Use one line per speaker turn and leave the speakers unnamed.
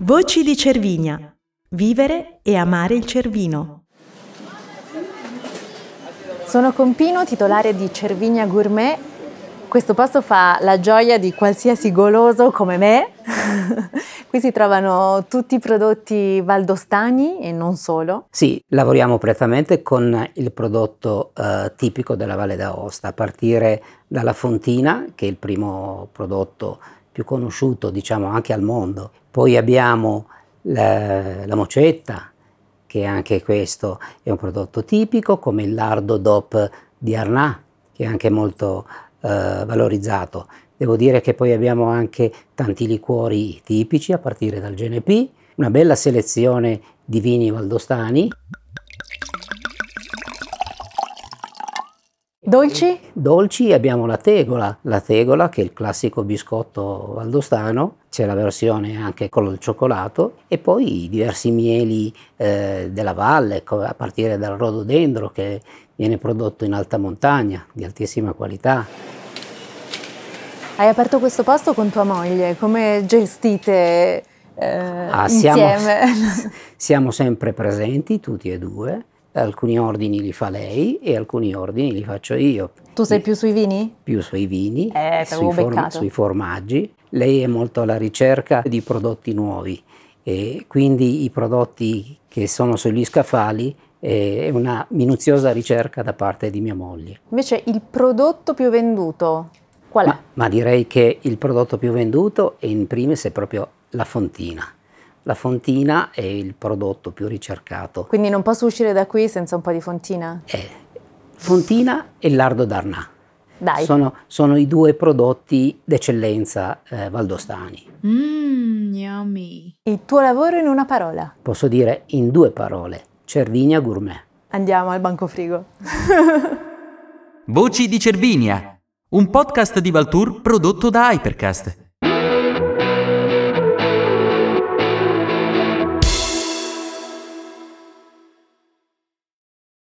Voci di Cervinia. Vivere e amare il Cervino.
Sono con Pino, titolare di Cervinia Gourmet. Questo posto fa la gioia di qualsiasi goloso come me. Qui si trovano tutti i prodotti valdostani e non solo.
Sì, lavoriamo prettamente con il prodotto tipico della Valle d'Aosta, a partire dalla fontina, che è il primo prodotto più conosciuto, diciamo, anche al mondo. Poi abbiamo la mocetta, che anche questo è un prodotto tipico, come il lardo DOP di Arnà, che è anche molto valorizzato. Devo dire che poi abbiamo anche tanti liquori tipici, a partire dal GNP, una bella selezione di vini valdostani.
Dolci?
Dolci abbiamo la tegola che è il classico biscotto valdostano, c'è la versione anche con il cioccolato e poi diversi mieli della valle, a partire dal rododendro che viene prodotto in alta montagna, di altissima qualità.
Hai aperto questo posto con tua moglie, come gestite insieme?
Siamo sempre presenti, tutti e due. Alcuni ordini li fa lei e alcuni ordini li faccio io.
Tu sei più sui vini?
Più sui vini,
sui
formaggi. Lei è molto alla ricerca di prodotti nuovi e quindi i prodotti che sono sugli scaffali è una minuziosa ricerca da parte di mia moglie.
Invece il prodotto più venduto qual è?
Ma direi che il prodotto più venduto è in primis è proprio la fontina. La fontina è il prodotto più ricercato.
Quindi non posso uscire da qui senza un po' di fontina?
Fontina e il lardo d'Arnà.
Dai.
Sono i due prodotti d'eccellenza valdostani.
Yummy. Il tuo lavoro in una parola?
Posso dire in due parole: Cervinia Gourmet.
Andiamo al banco frigo.
Voci di Cervinia, un podcast di Valtour prodotto da Hypercast.